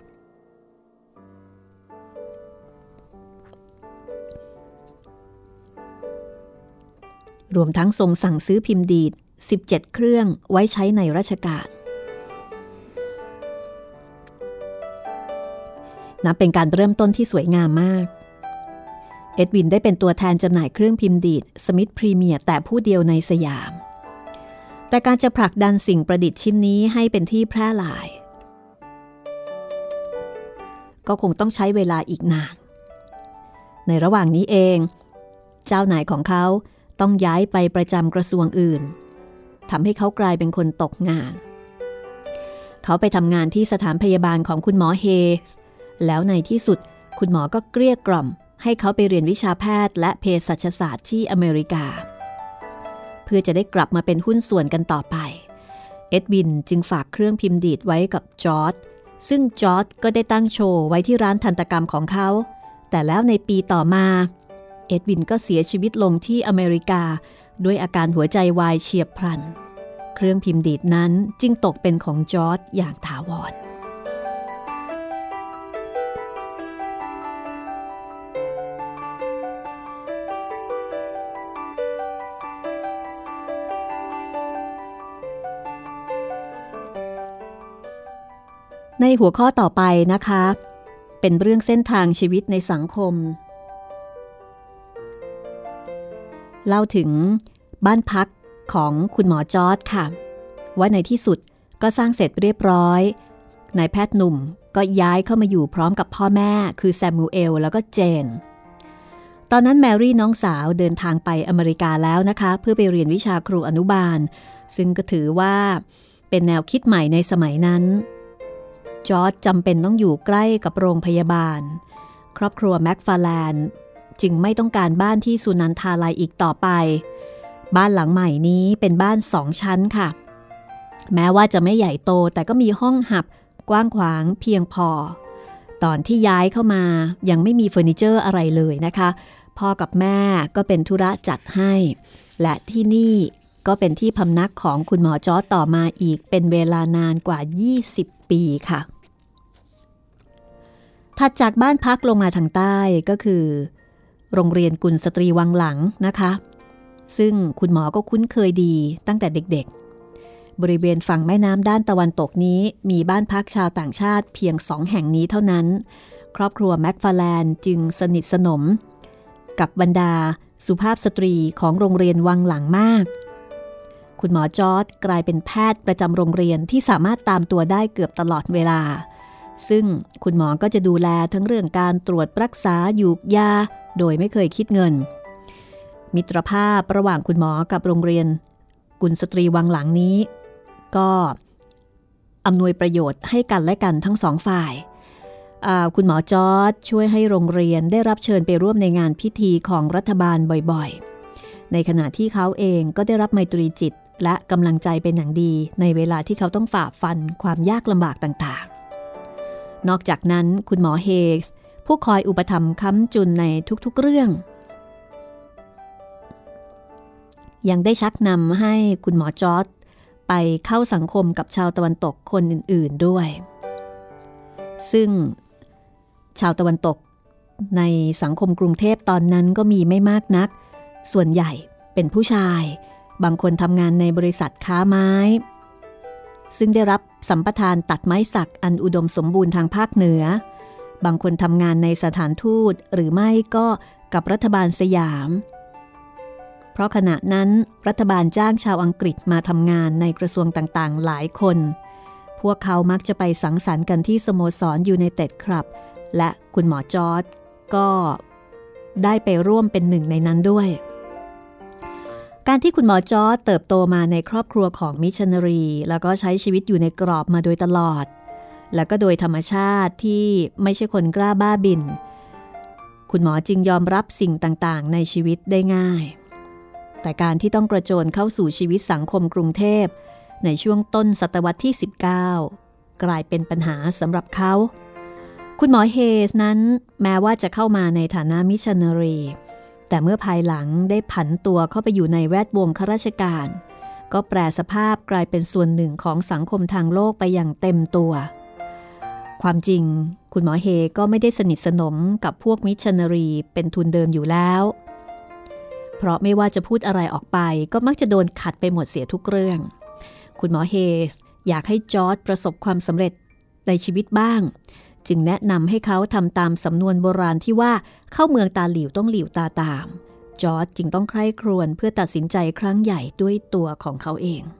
รวมทั้งทรงสั่งซื้อพิมพ์ดีดสิบเจ็ดเครื่องไว้ใช้ในราชการนับเป็นการเริ่มต้นที่สวยงามมากเอ็ดวินได้เป็นตัวแทนจำหน่ายเครื่องพิมพ์ดีดสมิธพรีเมียร์แต่ผู้เดียวในสยามแต่การจะผลักดันสิ่งประดิษฐ์ชิ้นนี้ให้เป็นที่แพร่หลายก็คงต้องใช้เวลาอีกนานในระหว่างนี้เองเจ้านายของเขาต้องย้ายไปประจำกระทรวงอื่นทำให้เขากลายเป็นคนตกงานเขาไปทำงานที่สถานพยาบาลของคุณหมอเฮสแล้วในที่สุดคุณหมอก็เกลี้ยกล่อมให้เขาไปเรียนวิชาแพทย์และเภสัชศาสตร์ที่อเมริกาเพื่อจะได้กลับมาเป็นหุ้นส่วนกันต่อไปเอ็ดวินจึงฝากเครื่องพิมพ์ดีดไว้กับจอร์จซึ่งจอร์จก็ได้ตั้งโชว์ไว้ที่ร้านทันตกรรมของเขาแต่แล้วในปีต่อมาเอ็ดวินก็เสียชีวิตลงที่อเมริกาด้วยอาการหัวใจวายเฉียบพลันเครื่องพิมพ์ดีดนั้นจึงตกเป็นของจอร์จอย่างถาวรในหัวข้อต่อไปนะคะเป็นเรื่องเส้นทางชีวิตในสังคมเล่าถึงบ้านพักของคุณหมอจอร์จค่ะว่าในที่สุดก็สร้างเสร็จเรียบร้อยนายแพทย์หนุ่มก็ย้ายเข้ามาอยู่พร้อมกับพ่อแม่คือแซมมูเอลแล้วก็เจนตอนนั้นแมรี่น้องสาวเดินทางไปอเมริกาแล้วนะคะเพื่อไปเรียนวิชาครูอนุบาลซึ่งก็ถือว่าเป็นแนวคิดใหม่ในสมัยนั้นจอร์จจำเป็นต้องอยู่ใกล้กับโรงพยาบาลครอบครัวแม็กฟาร์แลนด์จึงไม่ต้องการบ้านที่สุนันทาลัยอีกต่อไปบ้านหลังใหม่นี้เป็นบ้านสองชั้นค่ะแม้ว่าจะไม่ใหญ่โตแต่ก็มีห้องหับกว้างขวางเพียงพอตอนที่ย้ายเข้ามายังไม่มีเฟอร์นิเจอร์อะไรเลยนะคะพ่อกับแม่ก็เป็นธุระจัดให้และที่นี่ก็เป็นที่พำนักของคุณหมอจอร์จต่อมาอีกเป็นเวลานานกว่ายี่สิบปีค่ะถัดจากบ้านพักลงมาทางใต้ก็คือโรงเรียนกุลสตรีวังหลังนะคะซึ่งคุณหมอก็คุ้นเคยดีตั้งแต่เด็กๆบริเวณฝั่งแม่น้ำด้านตะวันตกนี้มีบ้านพักชาวต่างชาติเพียงสองแห่งนี้เท่านั้นครอบครัวแม็กฟาร์แลนด์จึงสนิทสนมกับบรรดาสุภาพสตรีของโรงเรียนวังหลังมากคุณหมอจอร์จกลายเป็นแพทย์ประจำโรงเรียนที่สามารถตามตัวได้เกือบตลอดเวลาซึ่งคุณหมอก็จะดูแลทั้งเรื่องการตรวจรักษาหยูกยาโดยไม่เคยคิดเงินมิตรภาพระหว่างคุณหมอกับโรงเรียนกุลสตรีวังหลังนี้ก็อำนวยประโยชน์ให้กันและกันทั้งสองฝ่ายคุณหมอจอร์จช่วยให้โรงเรียนได้รับเชิญไปร่วมในงานพิธีของรัฐบาลบ่อยๆในขณะที่เขาเองก็ได้รับไมตรีจิตและกำลังใจเป็นอย่างดีในเวลาที่เขาต้องฝ่าฟันความยากลำบากต่างๆนอกจากนั้นคุณหมอเฮกส์ผู้คอยอุปถัมภ์ค้ำจุนในทุกๆเรื่องยังได้ชักนำให้คุณหมอจอร์จไปเข้าสังคมกับชาวตะวันตกคนอื่นๆด้วยซึ่งชาวตะวันตกในสังคมกรุงเทพตอนนั้นก็มีไม่มากนักส่วนใหญ่เป็นผู้ชายบางคนทำงานในบริษัทค้าไม้ซึ่งได้รับสัมปทานตัดไม้สักอันอุดมสมบูรณ์ทางภาคเหนือบางคนทำงานในสถานทูตหรือไม่ก็กับรัฐบาลสยามเพราะขณะนั้นรัฐบาลจ้างชาวอังกฤษมาทำงานในกระทรวงต่างๆหลายคนพวกเขามักจะไปสังสรรค์กันที่สโมสรยูไนเต็ดคลับและคุณหมอจอร์จก็ได้ไปร่วมเป็นหนึ่งในนั้นด้วยการที่คุณหมอจอร์จเติบโตมาในครอบครัวของมิชชันนารีแล้วก็ใช้ชีวิตอยู่ในกรอบมาโดยตลอดแล้วก็โดยธรรมชาติที่ไม่ใช่คนกล้าบ้าบินคุณหมอจึงยอมรับสิ่งต่างๆในชีวิตได้ง่ายแต่การที่ต้องกระโจนเข้าสู่ชีวิตสังคมกรุงเทพในช่วงต้นศตวรรษที่สิบเก้ากลายเป็นปัญหาสำหรับเขาคุณหมอเฮสนั้นแม้ว่าจะเข้ามาในฐานะมิชชันนารีแต่เมื่อภายหลังได้ผันตัวเข้าไปอยู่ในแวดวงข้าราชการก็แปรสภาพกลายเป็นส่วนหนึ่งของสังคมทางโลกไปอย่างเต็มตัวความจริงคุณหมอเฮก็ไม่ได้สนิทสนมกับพวกมิชชันนารีเป็นทุนเดิมอยู่แล้วเพราะไม่ว่าจะพูดอะไรออกไปก็มักจะโดนขัดไปหมดเสียทุกเรื่องคุณหมอเฮสอยากให้จอร์จประสบความสำเร็จในชีวิตบ้างจึงแนะนำให้เขาทำตามสำนวนโบราณที่ว่าเข้าเมืองตาหลิวต้องหลิวตาตามจอร์จจึงต้องใคร่ครวญเพื่อตัดสินใจครั้งใหญ่ด้วยตัวของเขาเอง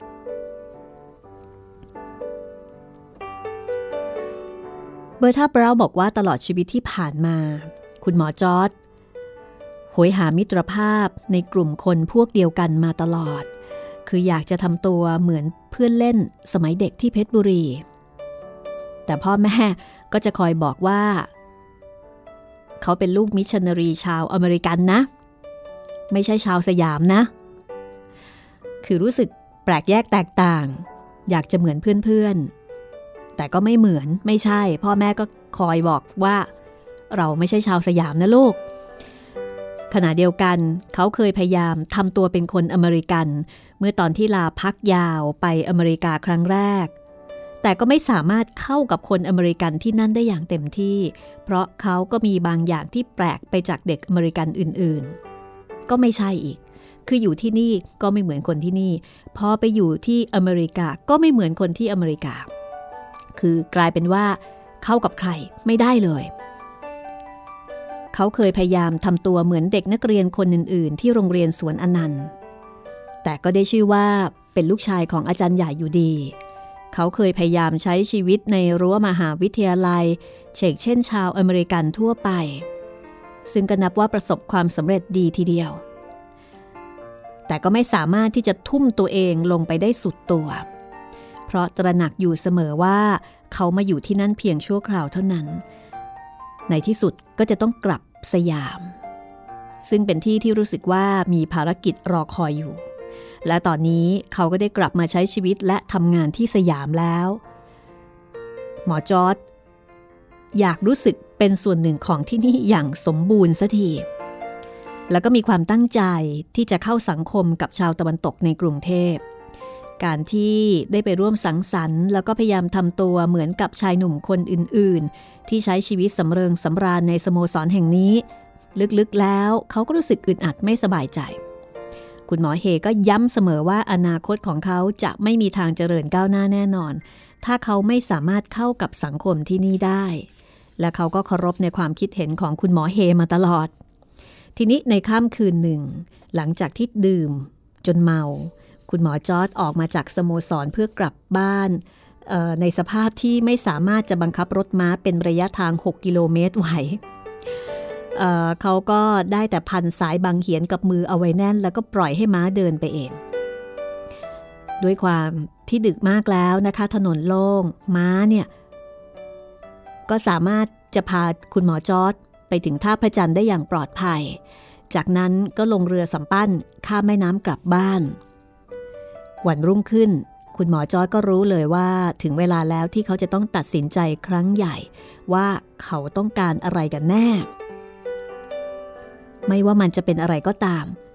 เบอร์ธาเบราบอกว่าตลอดชีวิตที่ผ่านมาคุณหมอจอร์จโหยหามิตรภาพในกลุ่มคนพวกเดียวกันมาตลอดคืออยากจะทำตัวเหมือนเพื่อนเล่นสมัยเด็กที่เพชรบุรีแต่พ่อแม่ก็จะคอยบอกว่าเขาเป็นลูกมิชชันนารีชาวอเมริกันนะไม่ใช่ชาวสยามนะคือรู้สึกแปลกแยกแตกต่างอยากจะเหมือนเพื่อนๆแต่ก็ไม่เหมือนไม่ใช่พ่อแม่ก็คอยบอกว่าเราไม่ใช่ชาวสยามนะลูกขณะเดียวกันเขาเคยพยายามทำตัวเป็นคนอเมริกันเมื่อตอนที่ลาพักยาวไปอเมริกาครั้งแรกแต่ก็ไม่สามารถเข้ากับคนอเมริกันที่นั่นได้อย่างเต็มที่เพราะเขาก็มีบางอย่างที่แปลกไปจากเด็กอเมริกันอื่นๆก็ไม่ใช่อีกคืออยู่ที่นี่ก็ไม่เหมือนคนที่นี่พอไปอยู่ที่อเมริกาก็ไม่เหมือนคนที่อเมริกาคือกลายเป็นว่าเข้ากับใครไม่ได้เลยเขาเคยพยายามทำตัวเหมือนเด็กนักเรียนคนอื่นๆที่โรงเรียนสวนอนันต์แต่ก็ได้ชื่อว่าเป็นลูกชายของอาจารย์ใหญ่อยู่ดีเขาเคยพยายามใช้ชีวิตในรั้วมหาวิทยาลัยเฉกเช่นชาวอเมริกันทั่วไปซึ่งก็นับว่าประสบความสำเร็จดีทีเดียวแต่ก็ไม่สามารถที่จะทุ่มตัวเองลงไปได้สุดตัวเพราะตระหนักอยู่เสมอว่าเขามาอยู่ที่นั่นเพียงชั่วคราวเท่านั้นในที่สุดก็จะต้องกลับสยามซึ่งเป็นที่ที่รู้สึกว่ามีภารกิจรอคอยอยู่และตอนนี้เขาก็ได้กลับมาใช้ชีวิตและทำงานที่สยามแล้วหมอจอร์จอยากรู้สึกเป็นส่วนหนึ่งของที่นี่อย่างสมบูรณ์สักทีแล้วก็มีความตั้งใจที่จะเข้าสังคมกับชาวตะวันตกในกรุงเทพการที่ได้ไปร่วมสังสรรค์แล้วก็พยายามทำตัวเหมือนกับชายหนุ่มคนอื่นๆที่ใช้ชีวิตสำเริงสำราญในสโมสรแห่งนี้ลึกๆแล้วเขาก็รู้สึกอึดอัดไม่สบายใจคุณหมอเฮก็ย้ำเสมอว่าอนาคตของเขาจะไม่มีทางเจริญก้าวหน้าแน่นอนถ้าเขาไม่สามารถเข้ากับสังคมที่นี่ได้และเขาก็เคารพในความคิดเห็นของคุณหมอเฮมาตลอดทีนี้ในค่ำคืนหนึ่งหลังจากที่ดื่มจนเมาคุณหมอจอร์จออกมาจากสโมสรเพื่อกลับบ้านในสภาพที่ไม่สามารถจะบังคับรถม้าเป็นระยะทางหกกิโลเมตรไหวเอ่อเขาก็ได้แต่พันสายบังเหียนกับมือเอาไว้แน่นแล้วก็ปล่อยให้ม้าเดินไปเองด้วยความที่ดึกมากแล้วนะคะถนนโล่งม้าเนี่ยก็สามารถจะพาคุณหมอจอร์จไปถึงท่าพระจันทร์ได้อย่างปลอดภัยจากนั้นก็ลงเรือสำปั้นข้ามแม่น้ำกลับบ้านวันรุ่งขึ้นคุณหมอจอร์จก็รู้เลยว่าถึงเวลาแล้วที่เขาจะต้องตัดสินใจครั้งใหญ่ว่าเขาต้องการอะไรกันแน่ไม่ว่ามันจะเป็นอะไรก็ตาม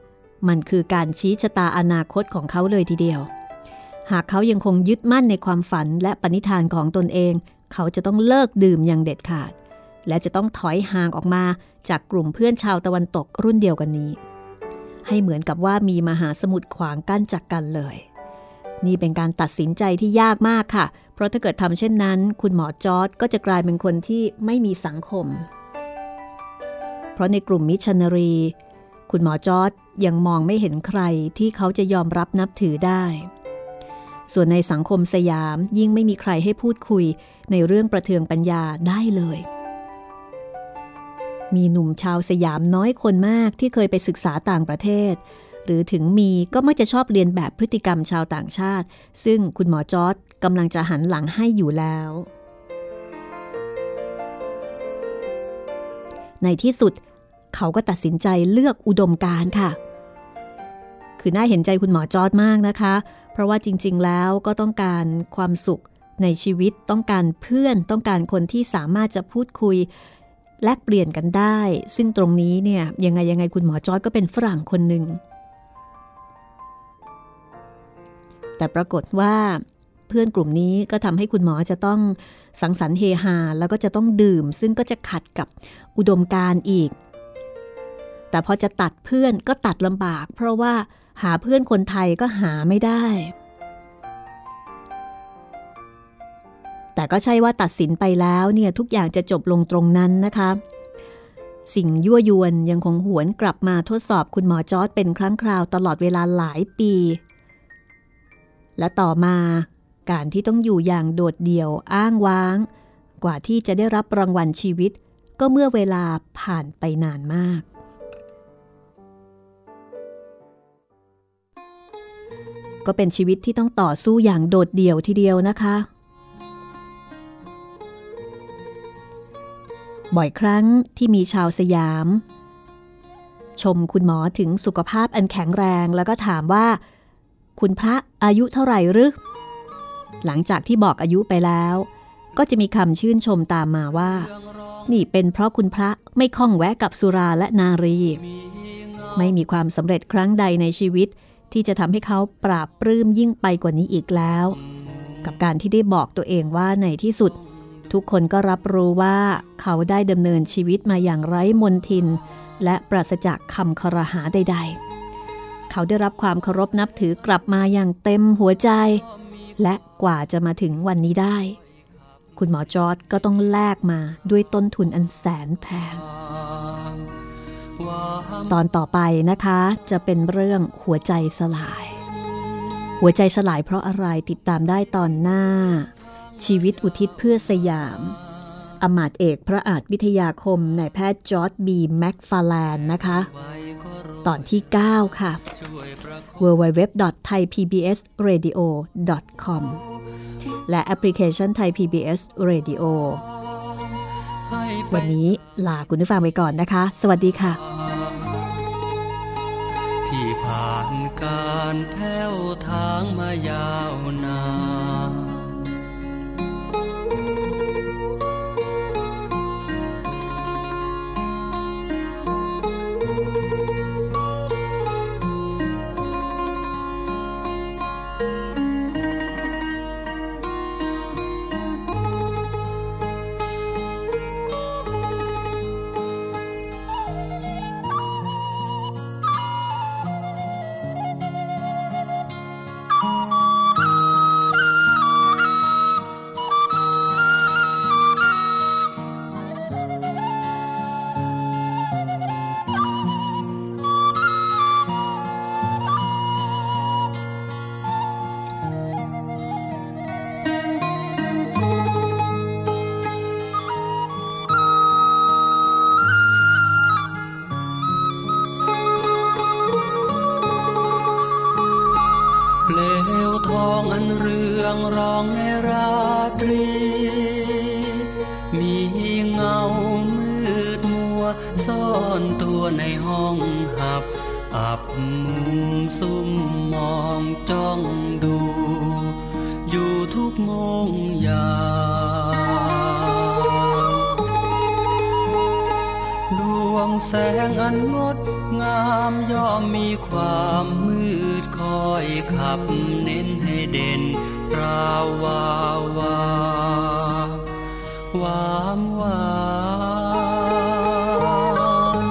มันคือการชี้ชะตาอนาคตของเขาเลยทีเดียวหากเขายังคงยึดมั่นในความฝันและปณิธานของตนเองเขาจะต้องเลิกดื่มอย่างเด็ดขาดและจะต้องถอยห่างออกมาจากกลุ่มเพื่อนชาวตะวันตกรุ่นเดียวกันนี้ให้เหมือนกับว่ามีมหาสมุทรขวางกั้นจากกันเลยนี่เป็นการตัดสินใจที่ยากมากค่ะเพราะถ้าเกิดทำเช่นนั้นคุณหมอจอร์จก็จะกลายเป็นคนที่ไม่มีสังคมเพราะในกลุ่มมิชชันนารีคุณหมอจอร์จยังมองไม่เห็นใครที่เขาจะยอมรับนับถือได้ส่วนในสังคมสยามยิ่งไม่มีใครให้พูดคุยในเรื่องประเทืองปัญญาได้เลยมีหนุ่มชาวสยามน้อยคนมากที่เคยไปศึกษาต่างประเทศหรือถึงมีก็มักจะชอบเรียนแบบพฤติกรรมชาวต่างชาติซึ่งคุณหมอจอร์จกำลังจะหันหลังให้อยู่แล้วในที่สุดเขาก็ตัดสินใจเลือกอุดมการณ์ค่ะคือน่าเห็นใจคุณหมอจอร์จมากนะคะเพราะว่าจริงๆแล้วก็ต้องการความสุขในชีวิตต้องการเพื่อนต้องการคนที่สามารถจะพูดคุยแลกเปลี่ยนกันได้ซึ่งตรงนี้เนี่ยยังไงยังไงคุณหมอจอร์จก็เป็นฝรั่งคนหนึ่งแต่ปรากฏว่าเพื่อนกลุ่มนี้ก็ทำให้คุณหมอจะต้องสังสรรค์เฮฮาแล้วก็จะต้องดื่มซึ่งก็จะขัดกับอุดมการณ์อีกแต่พอจะตัดเพื่อนก็ตัดลำบากเพราะว่าหาเพื่อนคนไทยก็หาไม่ได้แต่ก็ใช่ว่าตัดสินไปแล้วเนี่ยทุกอย่างจะจบลงตรงนั้นนะคะสิ่งยั่วยวนยังคงหวนกลับมาทดสอบคุณหมอจอร์จเป็นครั้งคราวตลอดเวลาหลายปีและต่อมาการที่ต้องอยู่อย่างโดดเดี่ยวอ้างว้างกว่าที่จะได้รับรางวัลชีวิตก็เมื่อเวลาผ่านไปนานมากก็เป็นชีวิตที่ต้องต่อสู้อย่างโดดเดี่ยวทีเดียวนะคะบ่อยครั้งที่มีชาวสยามชมคุณหมอถึงสุขภาพอันแข็งแรงแล้วก็ถามว่าคุณพระอายุเท่าไหร่หรือหลังจากที่บอกอายุไปแล้วก็จะมีคำชื่นชมตามมาว่านี่เป็นเพราะคุณพระไม่ข้องแวะกับสุราและนารีไม่มีความสำเร็จครั้งใดในชีวิตที่จะทำให้เขาปราบปลื้มยิ่งไปกว่านี้อีกแล้วกับการที่ได้บอกตัวเองว่าในที่สุดทุกคนก็รับรู้ว่าเขาได้ดำเนินชีวิตมาอย่างไร้มนทินและปราศจากคำครหาใดๆเขาได้รับความเคารพนับถือกลับมาอย่างเต็มหัวใจและกว่าจะมาถึงวันนี้ได้คุณหมอจอร์จก็ต้องแลกมาด้วยต้นทุนอันแสนแพงตอนต่อไปนะคะจะเป็นเรื่องหัวใจสลายหัวใจสลายเพราะอะไรติดตามได้ตอนหน้าชีวิตอุทิศเพื่อสยามอมาตย์เอกพระอาจวิทยาคมนายแพทย์จอร์จบีแม็กฟาร์แลนด์นะคะตอนที่เก้าค่ะ ดับเบิลยู ดับเบิลยู ดับเบิลยู ดอท ไทย พี บี เอส เรดิโอ ดอท คอม และแอปพลิเคชัน Thai พี บี เอส Radio วันนี้ลาคุณผู้ฟังไปก่อนนะคะสวัสดีค่ะที่ผ่านการแผ้วทางมายาวนานร้องในราตรีมีเงามืดมัวซ่อนตัวในห้องหับอับมุมซุ่มมองจ้องดูอยู่ทุกโมงยามดวงแสงอันงดงามย่อมมีความมืดคอยขับเน้นให้เด่นราววาววาวามวาน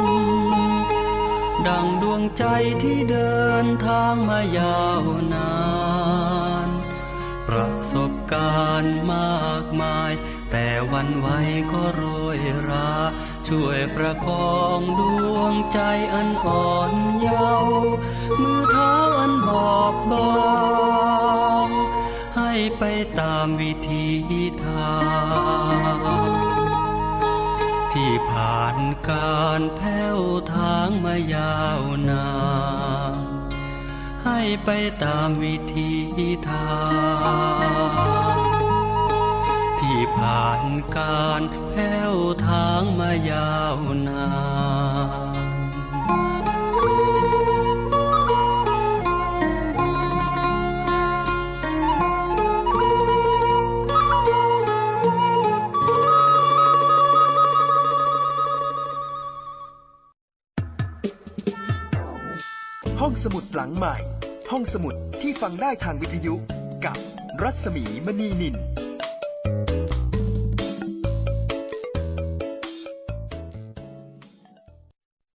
ดังดวงใจที่เดินทางมายาวนานประสบการณ์มากมายแต่วันไหวก็โรยราช่วยประคองดวงใจอันอ่อนเยาว์มือเท้าอันบอบบางให้ไปตามวิธีทางที่ผ่านการแผ้วทางมายาวนานให้ไปตามวิธีทางที่ผ่านการแผ้วทางมายาวนานห้องสมุดหลังใหม่ห้องสมุดที่ฟังได้ทางวิทยุกับรัศมีมณีนิน